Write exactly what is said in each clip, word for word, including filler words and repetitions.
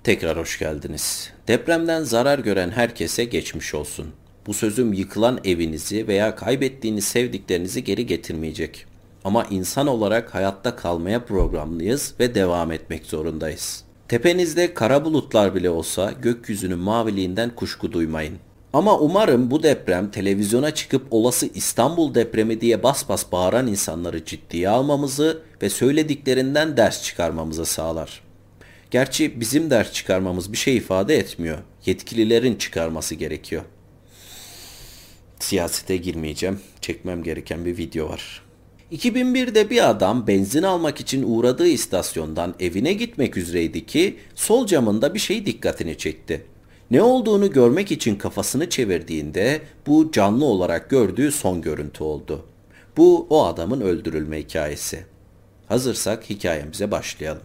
Tekrar hoş geldiniz. Depremden zarar gören herkese geçmiş olsun. Bu sözüm yıkılan evinizi veya kaybettiğiniz sevdiklerinizi geri getirmeyecek. Ama insan olarak hayatta kalmaya programlıyız ve devam etmek zorundayız. Tepenizde kara bulutlar bile olsa gökyüzünün maviliğinden kuşku duymayın. Ama umarım bu deprem televizyona çıkıp olası İstanbul depremi diye bas bas bağıran insanları ciddiye almamızı ve söylediklerinden ders çıkarmamızı sağlar. Gerçi bizim ders çıkarmamız bir şey ifade etmiyor. Yetkililerin çıkarması gerekiyor. Siyasete girmeyeceğim. Çekmem gereken bir video var. iki bin birde bir adam benzin almak için uğradığı istasyondan evine gitmek üzereydi ki sol camında bir şey dikkatini çekti. Ne olduğunu görmek için kafasını çevirdiğinde bu canlı olarak gördüğü son görüntü oldu. Bu o adamın öldürülme hikayesi. Hazırsak hikayemize başlayalım.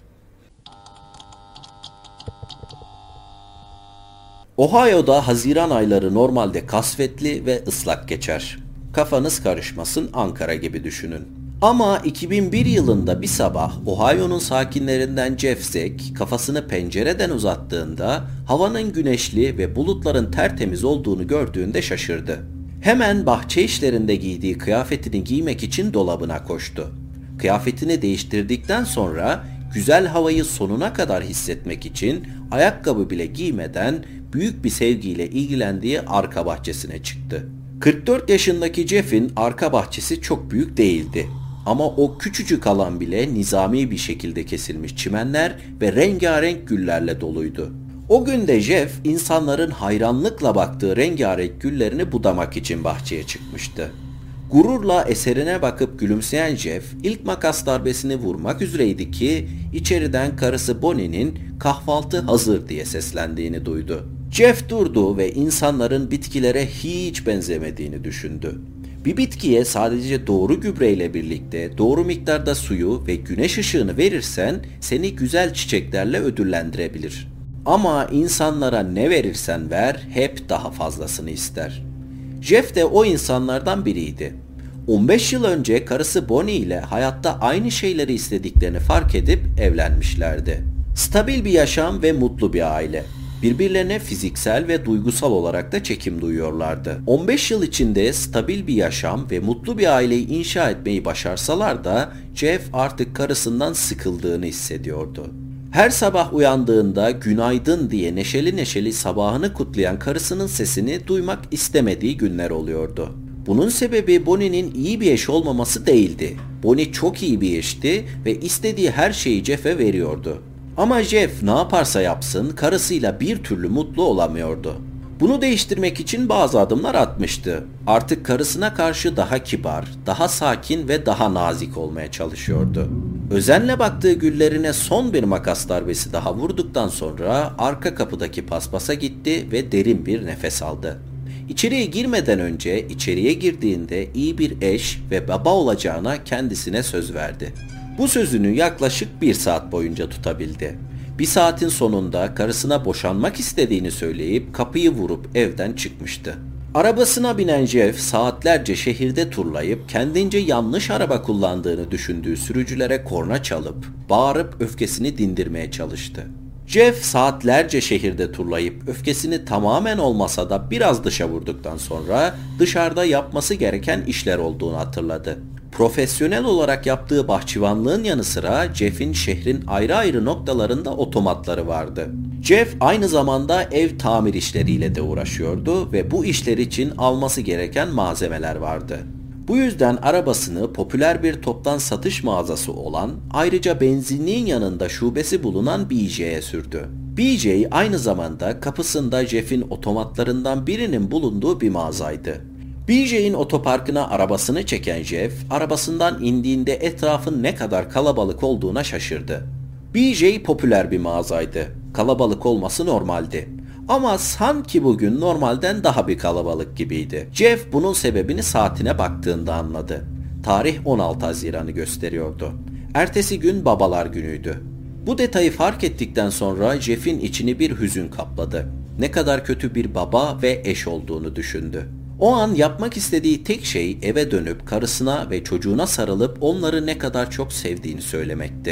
Ohio'da Haziran ayları normalde kasvetli ve ıslak geçer. Kafanız karışmasın, Ankara gibi düşünün. Ama iki bin bir yılında bir sabah Ohio'nun sakinlerinden Jeff Zeck kafasını pencereden uzattığında havanın güneşli ve bulutların tertemiz olduğunu gördüğünde şaşırdı. Hemen bahçe işlerinde giydiği kıyafetini giymek için dolabına koştu. Kıyafetini değiştirdikten sonra güzel havayı sonuna kadar hissetmek için ayakkabı bile giymeden büyük bir sevgiyle ilgilendiği arka bahçesine çıktı. kırk dört yaşındaki Jeff'in arka bahçesi çok büyük değildi. Ama o küçücük alan bile nizami bir şekilde kesilmiş çimenler ve rengarenk güllerle doluydu. O gün de Jeff insanların hayranlıkla baktığı rengarenk güllerini budamak için bahçeye çıkmıştı. Gururla eserine bakıp gülümseyen Jeff ilk makas darbesini vurmak üzereydi ki içeriden karısı Bonnie'nin kahvaltı hazır diye seslendiğini duydu. Jeff durdu ve insanların bitkilere hiç benzemediğini düşündü. Bir bitkiye sadece doğru gübreyle birlikte doğru miktarda suyu ve güneş ışığını verirsen seni güzel çiçeklerle ödüllendirebilir. Ama insanlara ne verirsen ver hep daha fazlasını ister. Jeff de o insanlardan biriydi. on beş yıl önce karısı Bonnie ile hayatta aynı şeyleri istediklerini fark edip evlenmişlerdi. Stabil bir yaşam ve mutlu bir aile. Birbirlerine fiziksel ve duygusal olarak da çekim duyuyorlardı. on beş yıl içinde stabil bir yaşam ve mutlu bir aileyi inşa etmeyi başarsalar da Jeff artık karısından sıkıldığını hissediyordu. Her sabah uyandığında günaydın diye neşeli neşeli sabahını kutlayan karısının sesini duymak istemediği günler oluyordu. Bunun sebebi Bonnie'nin iyi bir eş olmaması değildi. Bonnie çok iyi bir eşti ve istediği her şeyi Jeff'e veriyordu. Ama Jeff ne yaparsa yapsın karısıyla bir türlü mutlu olamıyordu. Bunu değiştirmek için bazı adımlar atmıştı. Artık karısına karşı daha kibar, daha sakin ve daha nazik olmaya çalışıyordu. Özenle baktığı güllerine son bir makas darbesi daha vurduktan sonra arka kapıdaki paspasa gitti ve derin bir nefes aldı. İçeriye girmeden önce içeriye girdiğinde iyi bir eş ve baba olacağına kendisine söz verdi. Bu sözünü yaklaşık bir saat boyunca tutabildi. Bir saatin sonunda karısına boşanmak istediğini söyleyip kapıyı vurup evden çıkmıştı. Arabasına binen Jeff saatlerce şehirde turlayıp kendince yanlış araba kullandığını düşündüğü sürücülere korna çalıp bağırıp öfkesini dindirmeye çalıştı. Jeff saatlerce şehirde turlayıp öfkesini tamamen olmasa da biraz dışa vurduktan sonra dışarıda yapması gereken işler olduğunu hatırladı. Profesyonel olarak yaptığı bahçıvanlığın yanı sıra Jeff'in şehrin ayrı ayrı noktalarında otomatları vardı. Jeff aynı zamanda ev tamir işleriyle de uğraşıyordu ve bu işler için alması gereken malzemeler vardı. Bu yüzden arabasını popüler bir toptan satış mağazası olan, ayrıca benzinliğin yanında şubesi bulunan B J'ye sürdü. B J aynı zamanda kapısında Jeff'in otomatlarından birinin bulunduğu bir mağazaydı. B J'in otoparkına arabasını çeken Jeff, arabasından indiğinde etrafın ne kadar kalabalık olduğuna şaşırdı. B J popüler bir mağazaydı. Kalabalık olması normaldi. Ama sanki bugün normalden daha bir kalabalık gibiydi. Jeff bunun sebebini saatine baktığında anladı. Tarih on altı Haziran'ı gösteriyordu. Ertesi gün babalar günüydü. Bu detayı fark ettikten sonra Jeff'in içini bir hüzün kapladı. Ne kadar kötü bir baba ve eş olduğunu düşündü. O an yapmak istediği tek şey eve dönüp karısına ve çocuğuna sarılıp onları ne kadar çok sevdiğini söylemekti.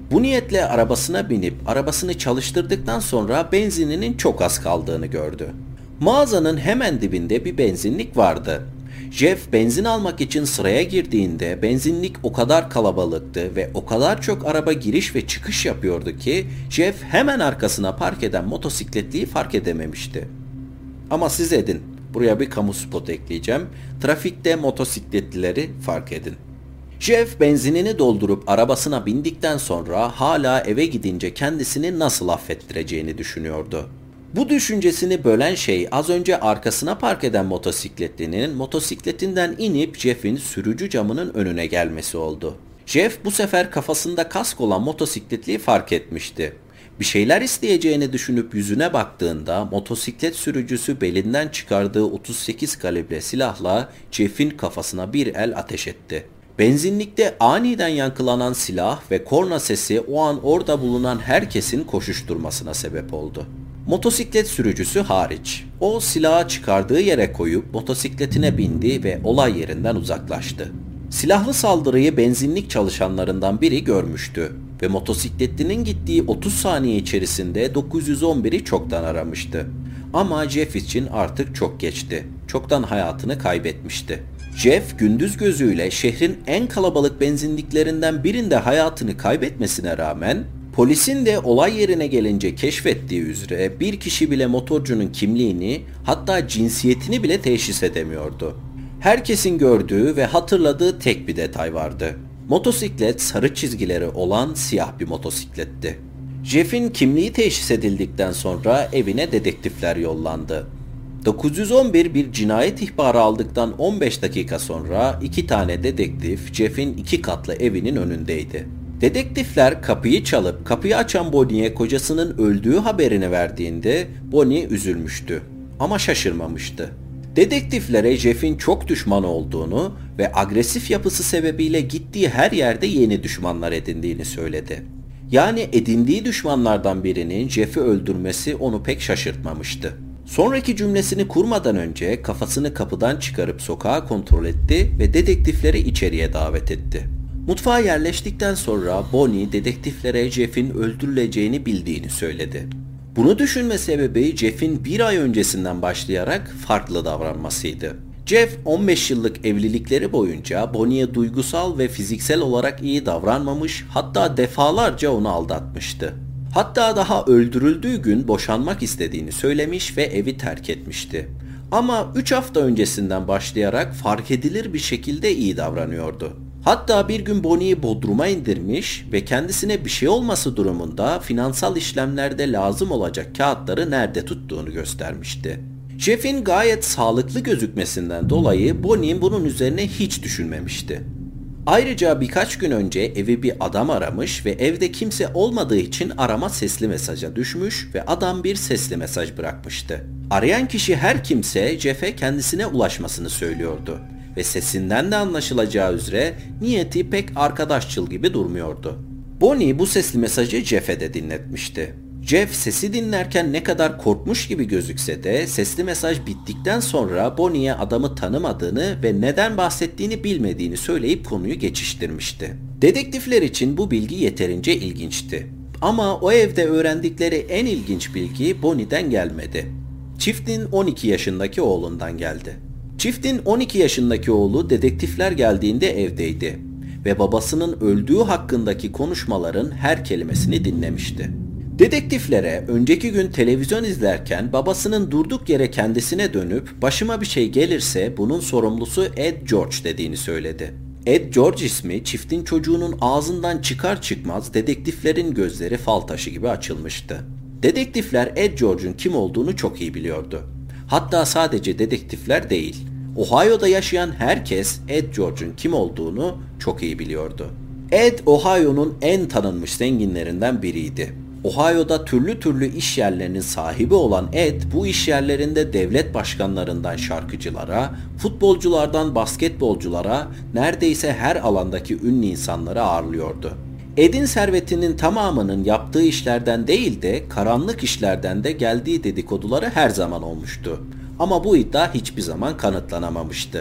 Bu niyetle arabasına binip arabasını çalıştırdıktan sonra benzininin çok az kaldığını gördü. Mağazanın hemen dibinde bir benzinlik vardı. Jeff benzin almak için sıraya girdiğinde benzinlik o kadar kalabalıktı ve o kadar çok araba giriş ve çıkış yapıyordu ki Jeff hemen arkasına park eden motosikletliyi fark edememişti. Ama siz edin, buraya bir kamu spotu ekleyeceğim. Trafikte motosikletlileri fark edin. Jeff benzinini doldurup arabasına bindikten sonra hala eve gidince kendisini nasıl affettireceğini düşünüyordu. Bu düşüncesini bölen şey az önce arkasına park eden motosikletlinin motosikletinden inip Jeff'in sürücü camının önüne gelmesi oldu. Jeff bu sefer kafasında kask olan motosikletliyi fark etmişti. Bir şeyler isteyeceğini düşünüp yüzüne baktığında motosiklet sürücüsü belinden çıkardığı otuz sekiz kalibre silahla Jeff'in kafasına bir el ateş etti. Benzinlikte aniden yankılanan silah ve korna sesi o an orada bulunan herkesin koşuşturmasına sebep oldu. Motosiklet sürücüsü hariç. O silahı çıkardığı yere koyup motosikletine bindi ve olay yerinden uzaklaştı. Silahlı saldırıyı benzinlik çalışanlarından biri görmüştü ve motosikletlinin gittiği otuz saniye içerisinde dokuz yüz on biri çoktan aramıştı. Ama Jeff için artık çok geçti. Çoktan hayatını kaybetmişti. Jeff gündüz gözüyle şehrin en kalabalık benzinliklerinden birinde hayatını kaybetmesine rağmen polisin de olay yerine gelince keşfettiği üzere bir kişi bile motorcunun kimliğini, hatta cinsiyetini bile teşhis edemiyordu. Herkesin gördüğü ve hatırladığı tek bir detay vardı. Motosiklet sarı çizgileri olan siyah bir motosikletti. Jeff'in kimliği teşhis edildikten sonra evine dedektifler yollandı. dokuz yüz on bir bir cinayet ihbarı aldıktan on beş dakika sonra iki tane dedektif Jeff'in iki katlı evinin önündeydi. Dedektifler kapıyı çalıp kapıyı açan Bonnie'ye kocasının öldüğü haberini verdiğinde Bonnie üzülmüştü ama şaşırmamıştı. Dedektiflere Jeff'in çok düşman olduğunu ve agresif yapısı sebebiyle gittiği her yerde yeni düşmanlar edindiğini söyledi. Yani edindiği düşmanlardan birinin Jeff'i öldürmesi onu pek şaşırtmamıştı. Sonraki cümlesini kurmadan önce kafasını kapıdan çıkarıp sokağa kontrol etti ve dedektifleri içeriye davet etti. Mutfağa yerleştikten sonra Bonnie dedektiflere Jeff'in öldürüleceğini bildiğini söyledi. Bunu düşünme sebebi Jeff'in bir ay öncesinden başlayarak farklı davranmasıydı. Jeff on beş yıllık evlilikleri boyunca Bonnie'ye duygusal ve fiziksel olarak iyi davranmamış, hatta defalarca onu aldatmıştı. Hatta daha öldürüldüğü gün boşanmak istediğini söylemiş ve evi terk etmişti. Ama üç hafta öncesinden başlayarak fark edilir bir şekilde iyi davranıyordu. Hatta bir gün Bonnie'yi bodruma indirmiş ve kendisine bir şey olması durumunda finansal işlemlerde lazım olacak kağıtları nerede tuttuğunu göstermişti. Jeff'in gayet sağlıklı gözükmesinden dolayı Bonnie'nin bunun üzerine hiç düşünmemişti. Ayrıca birkaç gün önce evi bir adam aramış ve evde kimse olmadığı için arama sesli mesaja düşmüş ve adam bir sesli mesaj bırakmıştı. Arayan kişi her kimse Jeff'e kendisine ulaşmasını söylüyordu ve sesinden de anlaşılacağı üzere niyeti pek arkadaşçıl gibi durmuyordu. Bonnie bu sesli mesajı Jeff'e de dinletmişti. Jeff sesi dinlerken ne kadar korkmuş gibi gözükse de sesli mesaj bittikten sonra Bonnie'ye adamı tanımadığını ve neden bahsettiğini bilmediğini söyleyip konuyu geçiştirmişti. Dedektifler için bu bilgi yeterince ilginçti. Ama o evde öğrendikleri en ilginç bilgi Bonnie'den gelmedi. Çiftin on iki yaşındaki oğlundan geldi. Çiftin on iki yaşındaki oğlu dedektifler geldiğinde evdeydi ve babasının öldüğü hakkındaki konuşmaların her kelimesini dinlemişti. Dedektiflere önceki gün televizyon izlerken babasının durduk yere kendisine dönüp başıma bir şey gelirse bunun sorumlusu Ed George dediğini söyledi. Ed George ismi çiftin çocuğunun ağzından çıkar çıkmaz dedektiflerin gözleri fal taşı gibi açılmıştı. Dedektifler Ed George'un kim olduğunu çok iyi biliyordu. Hatta sadece dedektifler değil, Ohio'da yaşayan herkes Ed George'un kim olduğunu çok iyi biliyordu. Ed, Ohio'nun en tanınmış zenginlerinden biriydi. Ohio'da türlü türlü iş yerlerinin sahibi olan Ed, bu iş yerlerinde devlet başkanlarından şarkıcılara, futbolculardan basketbolculara, neredeyse her alandaki ünlü insanları ağırlıyordu. Ed'in servetinin tamamının yaptığı işlerden değil de karanlık işlerden de geldiği dedikoduları her zaman olmuştu. Ama bu iddia hiçbir zaman kanıtlanamamıştı.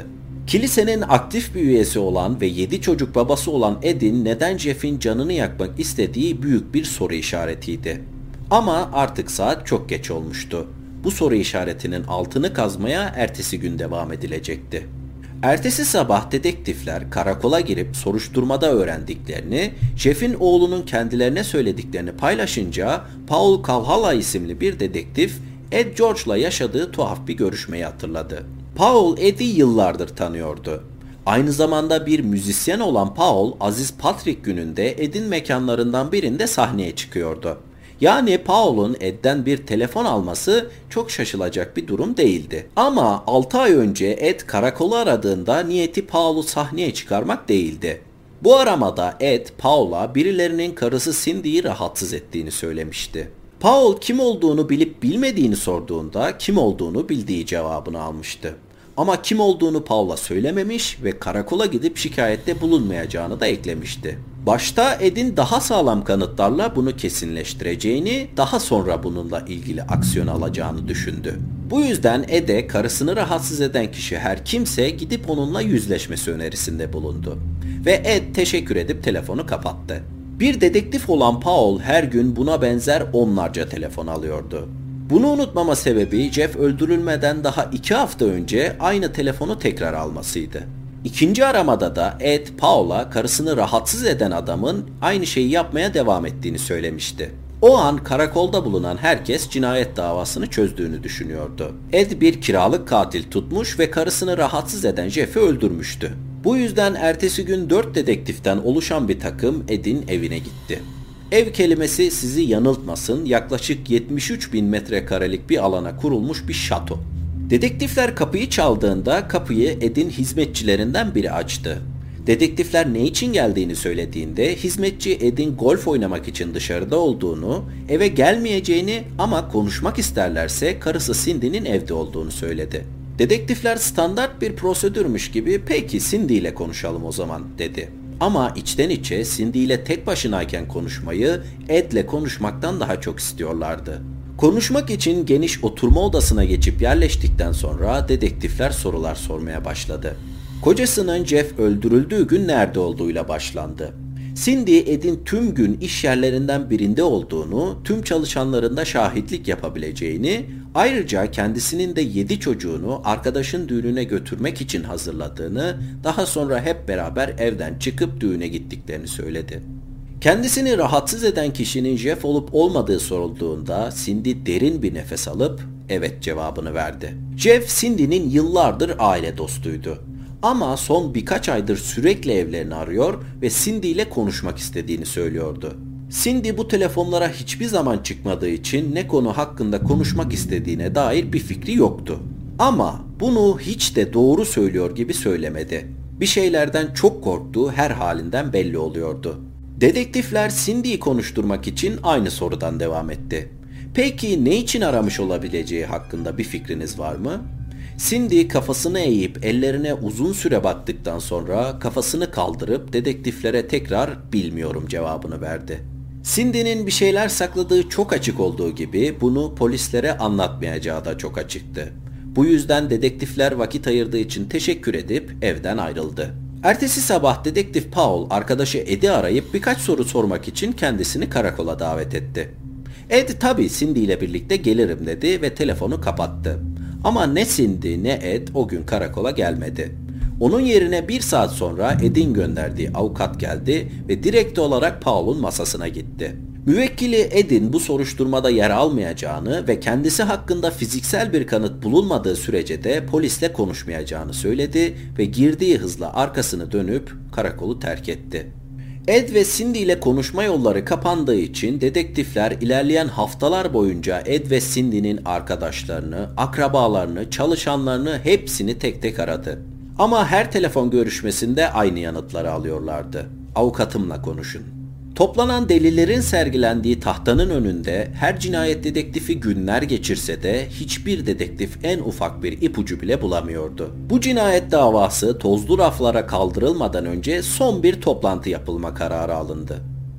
Kilisenin aktif bir üyesi olan ve yedi çocuk babası olan Ed'in neden Jeff'in canını yakmak istediği büyük bir soru işaretiydi. Ama artık saat çok geç olmuştu. Bu soru işaretinin altını kazmaya ertesi gün devam edilecekti. Ertesi sabah dedektifler karakola girip soruşturmada öğrendiklerini, Jeff'in oğlunun kendilerine söylediklerini paylaşınca Paul Cavalla isimli bir dedektif Ed George'la yaşadığı tuhaf bir görüşmeyi hatırladı. Paul Ed'i yıllardır tanıyordu. Aynı zamanda bir müzisyen olan Paul, Aziz Patrick gününde Ed'in mekanlarından birinde sahneye çıkıyordu. Yani Paul'un Ed'den bir telefon alması çok şaşılacak bir durum değildi. Ama altı ay önce Ed karakolu aradığında niyeti Paul'u sahneye çıkarmak değildi. Bu aramada Ed, Paul'a birilerinin karısı Cindy'yi rahatsız ettiğini söylemişti. Paul kim olduğunu bilip bilmediğini sorduğunda kim olduğunu bildiği cevabını almıştı. Ama kim olduğunu Paul'a söylememiş ve karakola gidip şikayette bulunmayacağını da eklemişti. Başta Ed'in daha sağlam kanıtlarla bunu kesinleştireceğini, daha sonra bununla ilgili aksiyon alacağını düşündü. Bu yüzden Ed'e karısını rahatsız eden kişi her kimse gidip onunla yüzleşmesi önerisinde bulundu. Ve Ed teşekkür edip telefonu kapattı. Bir dedektif olan Paul her gün buna benzer onlarca telefon alıyordu. Bunu unutmama sebebi Jeff öldürülmeden daha iki hafta önce aynı telefonu tekrar almasıydı. İkinci aramada da Ed, Paul'a karısını rahatsız eden adamın aynı şeyi yapmaya devam ettiğini söylemişti. O an karakolda bulunan herkes cinayet davasını çözdüğünü düşünüyordu. Ed bir kiralık katil tutmuş ve karısını rahatsız eden Jeff'i öldürmüştü. Bu yüzden ertesi gün dört dedektiften oluşan bir takım Ed'in evine gitti. Ev kelimesi sizi yanıltmasın, yaklaşık yetmiş üç bin metrekarelik bir alana kurulmuş bir şato. Dedektifler kapıyı çaldığında kapıyı Ed'in hizmetçilerinden biri açtı. Dedektifler ne için geldiğini söylediğinde hizmetçi Ed'in golf oynamak için dışarıda olduğunu, eve gelmeyeceğini ama konuşmak isterlerse karısı Cindy'nin evde olduğunu söyledi. Dedektifler standart bir prosedürmüş gibi peki Cindy ile konuşalım o zaman dedi. Ama içten içe Cindy ile tek başınayken konuşmayı Ed'le konuşmaktan daha çok istiyorlardı. Konuşmak için geniş oturma odasına geçip yerleştikten sonra dedektifler sorular sormaya başladı. Kocasının Jeff öldürüldüğü gün nerede olduğuyla başlandı. Cindy, Ed'in tüm gün iş yerlerinden birinde olduğunu, tüm çalışanlarında şahitlik yapabileceğini, ayrıca kendisinin de yedi çocuğunu arkadaşın düğününe götürmek için hazırladığını, daha sonra hep beraber evden çıkıp düğüne gittiklerini söyledi. Kendisini rahatsız eden kişinin Jeff olup olmadığı sorulduğunda Cindy derin bir nefes alıp evet cevabını verdi. Jeff, Cindy'nin yıllardır aile dostuydu. Ama son birkaç aydır sürekli evlerini arıyor ve Cindy ile konuşmak istediğini söylüyordu. Cindy bu telefonlara hiçbir zaman çıkmadığı için ne konu hakkında konuşmak istediğine dair bir fikri yoktu. Ama bunu hiç de doğru söylüyor gibi söylemedi. Bir şeylerden çok korktuğu her halinden belli oluyordu. Dedektifler Cindy'yi konuşturmak için aynı sorudan devam etti. Peki ne için aramış olabileceği hakkında bir fikriniz var mı? Cindy kafasını eğip ellerine uzun süre baktıktan sonra kafasını kaldırıp dedektiflere tekrar bilmiyorum cevabını verdi. Cindy'nin bir şeyler sakladığı çok açık olduğu gibi bunu polislere anlatmayacağı da çok açıktı. Bu yüzden dedektifler vakit ayırdığı için teşekkür edip evden ayrıldı. Ertesi sabah dedektif Paul arkadaşı Ed'i arayıp birkaç soru sormak için kendisini karakola davet etti. Ed tabii Cindy ile birlikte gelirim dedi ve telefonu kapattı. Ama ne Cindy ne Ed o gün karakola gelmedi. Onun yerine bir saat sonra Ed'in gönderdiği avukat geldi ve direkt olarak Paul'un masasına gitti. Müvekkili Ed'in bu soruşturmada yer almayacağını ve kendisi hakkında fiziksel bir kanıt bulunmadığı sürece de polisle konuşmayacağını söyledi ve girdiği hızla arkasını dönüp karakolu terk etti. Ed ve Cindy ile konuşma yolları kapandığı için dedektifler ilerleyen haftalar boyunca Ed ve Cindy'nin arkadaşlarını, akrabalarını, çalışanlarını hepsini tek tek aradı. Ama her telefon görüşmesinde aynı yanıtları alıyorlardı. Avukatımla konuşun. Toplanan delillerin sergilendiği tahtanın önünde her cinayet dedektifi günler geçirse de hiçbir dedektif en ufak bir ipucu bile bulamıyordu. Bu cinayet davası tozlu raflara kaldırılmadan önce son bir toplantı yapılma kararı alındı.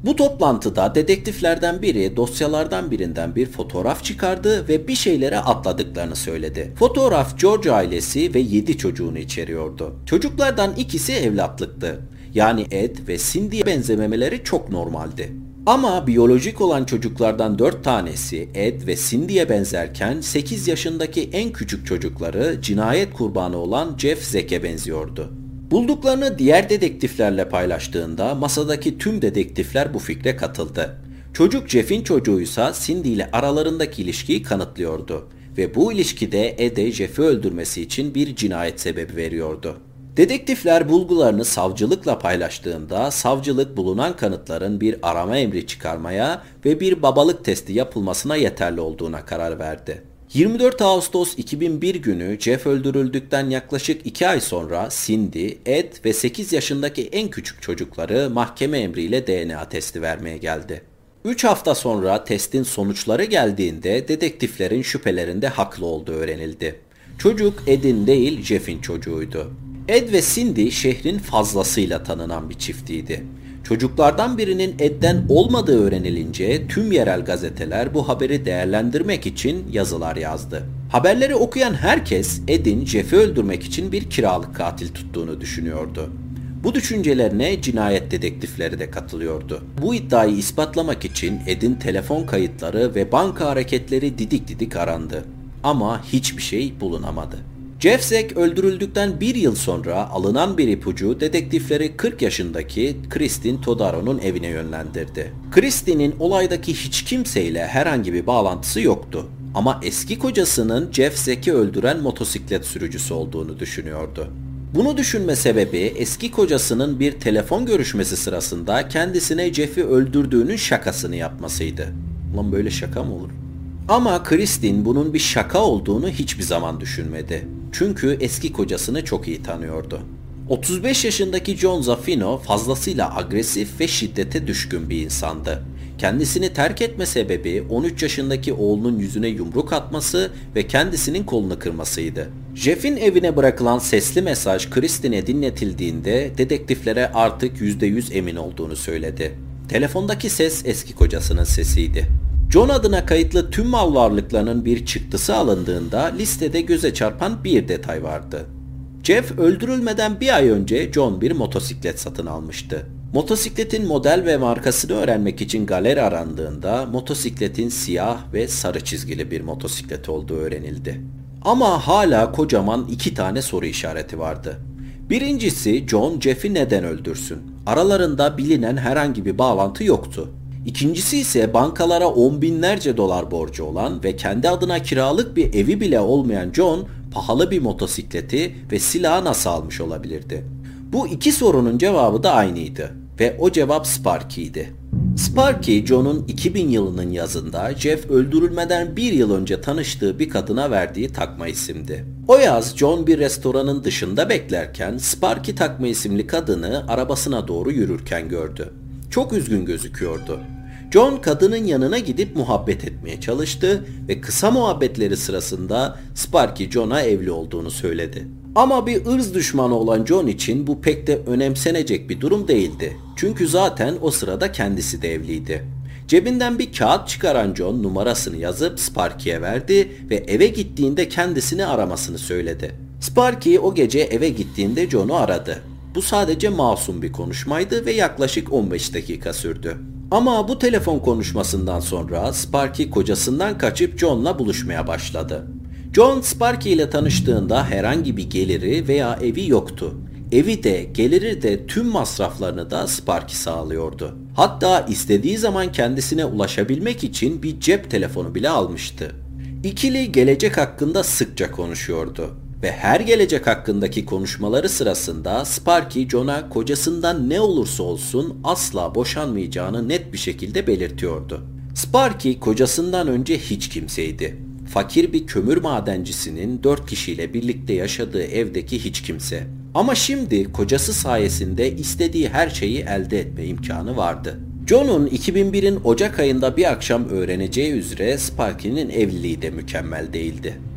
Bu toplantıda dedektiflerden biri dosyalardan birinden bir fotoğraf çıkardı ve bir şeylere atladıklarını söyledi. Fotoğraf George ailesi ve yedi çocuğunu içeriyordu. Çocuklardan ikisi evlatlıktı. Yani Ed ve Cindy'ye benzememeleri çok normaldi. Ama biyolojik olan çocuklardan dört tanesi Ed ve Cindy'ye benzerken sekiz yaşındaki en küçük çocukları cinayet kurbanı olan Jeff Zek'e benziyordu. Bulduklarını diğer dedektiflerle paylaştığında masadaki tüm dedektifler bu fikre katıldı. Çocuk Jeff'in çocuğuysa Cindy ile aralarındaki ilişkiyi kanıtlıyordu ve bu ilişkide Ed'e Jeff'i öldürmesi için bir cinayet sebebi veriyordu. Dedektifler bulgularını savcılıkla paylaştığında savcılık bulunan kanıtların bir arama emri çıkarmaya ve bir babalık testi yapılmasına yeterli olduğuna karar verdi. yirmi dört Ağustos iki bin bir günü Jeff öldürüldükten yaklaşık iki ay sonra Cindy, Ed ve sekiz yaşındaki en küçük çocukları mahkeme emriyle D N A testi vermeye geldi. üç hafta sonra testin sonuçları geldiğinde dedektiflerin şüphelerinde haklı olduğu öğrenildi. Çocuk Ed'in değil Jeff'in çocuğuydu. Ed ve Cindy şehrin fazlasıyla tanınan bir çiftiydi. Çocuklardan birinin Ed'den olmadığı öğrenilince tüm yerel gazeteler bu haberi değerlendirmek için yazılar yazdı. Haberleri okuyan herkes Ed'in Jeff'i öldürmek için bir kiralık katil tuttuğunu düşünüyordu. Bu düşüncelerine cinayet dedektifleri de katılıyordu. Bu iddiayı ispatlamak için Ed'in telefon kayıtları ve banka hareketleri didik didik arandı. Ama hiçbir şey bulunamadı. Jeff Zeck öldürüldükten bir yıl sonra alınan bir ipucu dedektifleri kırk yaşındaki Kristin Todaro'nun evine yönlendirdi. Kristin'in olaydaki hiç kimseyle herhangi bir bağlantısı yoktu. Ama eski kocasının Jeff Zeck'i öldüren motosiklet sürücüsü olduğunu düşünüyordu. Bunu düşünme sebebi eski kocasının bir telefon görüşmesi sırasında kendisine Jeff'i öldürdüğünün şakasını yapmasıydı. Ulan böyle şaka mı olur? Ama Kristin bunun bir şaka olduğunu hiçbir zaman düşünmedi. Çünkü eski kocasını çok iyi tanıyordu. otuz beş yaşındaki John Zaffino fazlasıyla agresif ve şiddete düşkün bir insandı. Kendisini terk etme sebebi on üç yaşındaki oğlunun yüzüne yumruk atması ve kendisinin kolunu kırmasıydı. Jeff'in evine bırakılan sesli mesaj Kristin'e dinletildiğinde dedektiflere artık yüzde yüz emin olduğunu söyledi. Telefondaki ses eski kocasının sesiydi. John adına kayıtlı tüm mal varlıklarının bir çıktısı alındığında listede göze çarpan bir detay vardı. Jeff öldürülmeden bir ay önce John bir motosiklet satın almıştı. Motosikletin model ve markasını öğrenmek için galeri arandığında motosikletin siyah ve sarı çizgili bir motosiklet olduğu öğrenildi. Ama hala kocaman iki tane soru işareti vardı. Birincisi John Jeff'i neden öldürsün? Aralarında bilinen herhangi bir bağlantı yoktu. İkincisi ise bankalara on binlerce dolar borcu olan ve kendi adına kiralık bir evi bile olmayan John pahalı bir motosikleti ve silahı nasıl almış olabilirdi? Bu iki sorunun cevabı da aynıydı ve o cevap Sparky'ydi. Sparky, John'un iki bin yılının yazında Jeff öldürülmeden bir yıl önce tanıştığı bir kadına verdiği takma isimdi. O yaz John bir restoranın dışında beklerken Sparky takma isimli kadını arabasına doğru yürürken gördü. Çok üzgün gözüküyordu. John kadının yanına gidip muhabbet etmeye çalıştı ve kısa muhabbetleri sırasında Sparky John'a evli olduğunu söyledi. Ama bir ırz düşmanı olan John için bu pek de önemsenecek bir durum değildi. Çünkü zaten o sırada kendisi de evliydi. Cebinden bir kağıt çıkaran John numarasını yazıp Sparky'ye verdi ve eve gittiğinde kendisini aramasını söyledi. Sparky o gece eve gittiğinde John'u aradı. Bu sadece masum bir konuşmaydı ve yaklaşık on beş dakika sürdü. Ama bu telefon konuşmasından sonra Sparky kocasından kaçıp John'la buluşmaya başladı. John Sparky ile tanıştığında herhangi bir geliri veya evi yoktu. Evi de geliri de tüm masraflarını da Sparky sağlıyordu. Hatta istediği zaman kendisine ulaşabilmek için bir cep telefonu bile almıştı. İkili gelecek hakkında sıkça konuşuyordu. Ve her gelecek hakkındaki konuşmaları sırasında Sparky John'a kocasından ne olursa olsun asla boşanmayacağını net bir şekilde belirtiyordu. Sparky kocasından önce hiç kimseydi. Fakir bir kömür madencisinin dört kişiyle birlikte yaşadığı evdeki hiç kimse. Ama şimdi kocası sayesinde istediği her şeyi elde etme imkanı vardı. John'un iki bin birin Ocak ayında bir akşam öğreneceği üzere Sparky'nin evliliği de mükemmel değildi.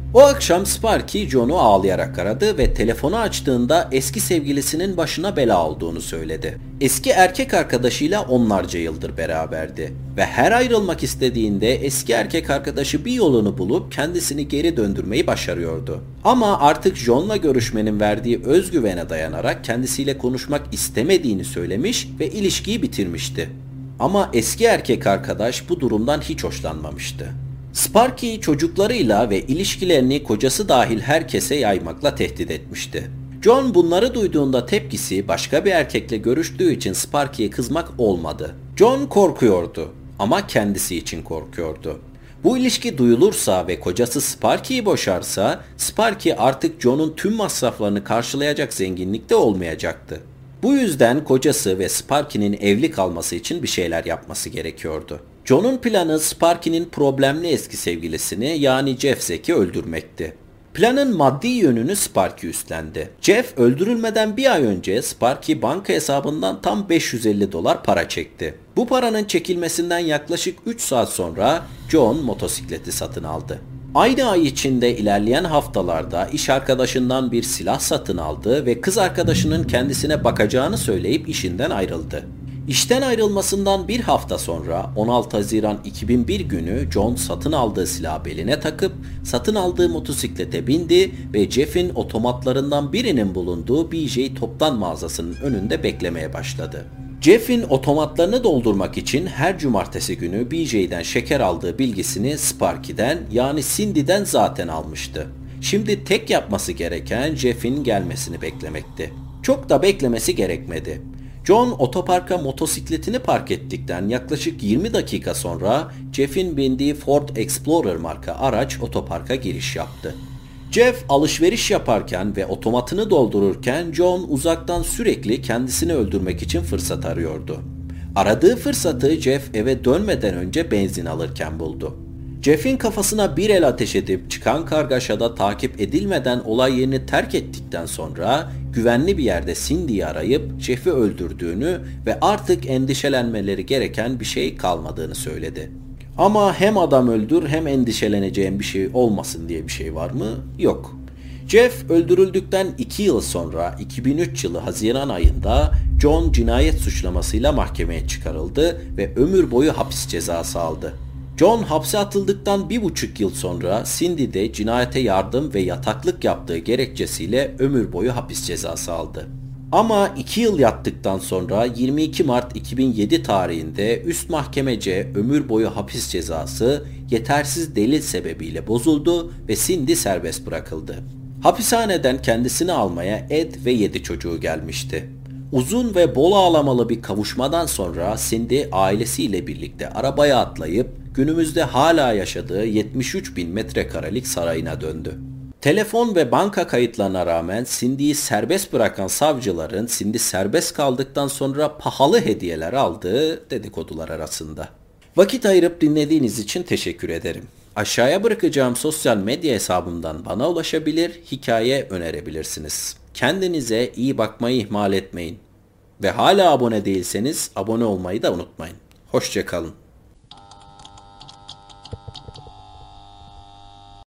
O akşam Sparky John'u ağlayarak aradı ve telefonu açtığında eski sevgilisinin başına bela olduğunu söyledi. Eski erkek arkadaşıyla onlarca yıldır beraberdi ve her ayrılmak istediğinde eski erkek arkadaşı bir yolunu bulup kendisini geri döndürmeyi başarıyordu. Ama artık John'la görüşmenin verdiği özgüvene dayanarak kendisiyle konuşmak istemediğini söylemiş ve ilişkiyi bitirmişti. Ama eski erkek arkadaş bu durumdan hiç hoşlanmamıştı. Sparky çocuklarıyla ve ilişkilerini kocası dahil herkese yaymakla tehdit etmişti. John bunları duyduğunda tepkisi başka bir erkekle görüştüğü için Sparky'ye kızmak olmadı. John korkuyordu ama kendisi için korkuyordu. Bu ilişki duyulursa ve kocası Sparky'yi boşarsa Sparky artık John'un tüm masraflarını karşılayacak zenginlikte olmayacaktı. Bu yüzden kocası ve Sparky'nin evli kalması için bir şeyler yapması gerekiyordu. John'un planı Sparky'nin problemli eski sevgilisini yani Jeff Zek'i öldürmekti. Planın maddi yönünü Sparky üstlendi. Jeff öldürülmeden bir ay önce Sparky banka hesabından tam beş yüz elli dolar para çekti. Bu paranın çekilmesinden yaklaşık üç saat sonra John motosikleti satın aldı. Aynı ay içinde ilerleyen haftalarda iş arkadaşından bir silah satın aldı ve kız arkadaşının kendisine bakacağını söyleyip işinden ayrıldı. İşten ayrılmasından bir hafta sonra on altı Haziran iki bin bir günü John satın aldığı silahı beline takıp satın aldığı motosiklete bindi ve Jeff'in otomatlarından birinin bulunduğu B J toptan mağazasının önünde beklemeye başladı. Jeff'in otomatlarını doldurmak için her cumartesi günü B J'den şeker aldığı bilgisini Sparky'den yani Cindy'den zaten almıştı. Şimdi tek yapması gereken Jeff'in gelmesini beklemekti. Çok da beklemesi gerekmedi. John otoparka motosikletini park ettikten yaklaşık yirmi dakika sonra Jeff'in bindiği Ford Explorer marka araç otoparka giriş yaptı. Jeff alışveriş yaparken ve otomatını doldururken John uzaktan sürekli kendisini öldürmek için fırsat arıyordu. Aradığı fırsatı Jeff eve dönmeden önce benzin alırken buldu. Jeff'in kafasına bir el ateş edip çıkan kargaşada takip edilmeden olay yerini terk ettikten sonra güvenli bir yerde Cindy'yi arayıp Jeff'i öldürdüğünü ve artık endişelenmeleri gereken bir şey kalmadığını söyledi. Ama hem adam öldür hem endişeleneceğim bir şey olmasın diye bir şey var mı? Yok. Jeff öldürüldükten iki yıl sonra iki bin üç yılı Haziran ayında John cinayet suçlamasıyla mahkemeye çıkarıldı ve ömür boyu hapis cezası aldı. John hapse atıldıktan bir buçuk yıl sonra Cindy de cinayete yardım ve yataklık yaptığı gerekçesiyle ömür boyu hapis cezası aldı. Ama iki yıl yattıktan sonra yirmi iki Mart iki bin yedi tarihinde üst mahkemece ömür boyu hapis cezası yetersiz delil sebebiyle bozuldu ve Cindy serbest bırakıldı. Hapishaneden kendisini almaya Ed ve yedi çocuğu gelmişti. Uzun ve bol ağlamalı bir kavuşmadan sonra Cindy ailesiyle birlikte arabaya atlayıp günümüzde hala yaşadığı yetmiş üç bin metrekarelik sarayına döndü. Telefon ve banka kayıtlarına rağmen Cindy'yi serbest bırakan savcıların Cindy serbest kaldıktan sonra pahalı hediyeler aldığı dedikodular arasında. Vakit ayırıp dinlediğiniz için teşekkür ederim. Aşağıya bırakacağım sosyal medya hesabımdan bana ulaşabilir, hikaye önerebilirsiniz. Kendinize iyi bakmayı ihmal etmeyin. Ve hala abone değilseniz abone olmayı da unutmayın. Hoşça kalın.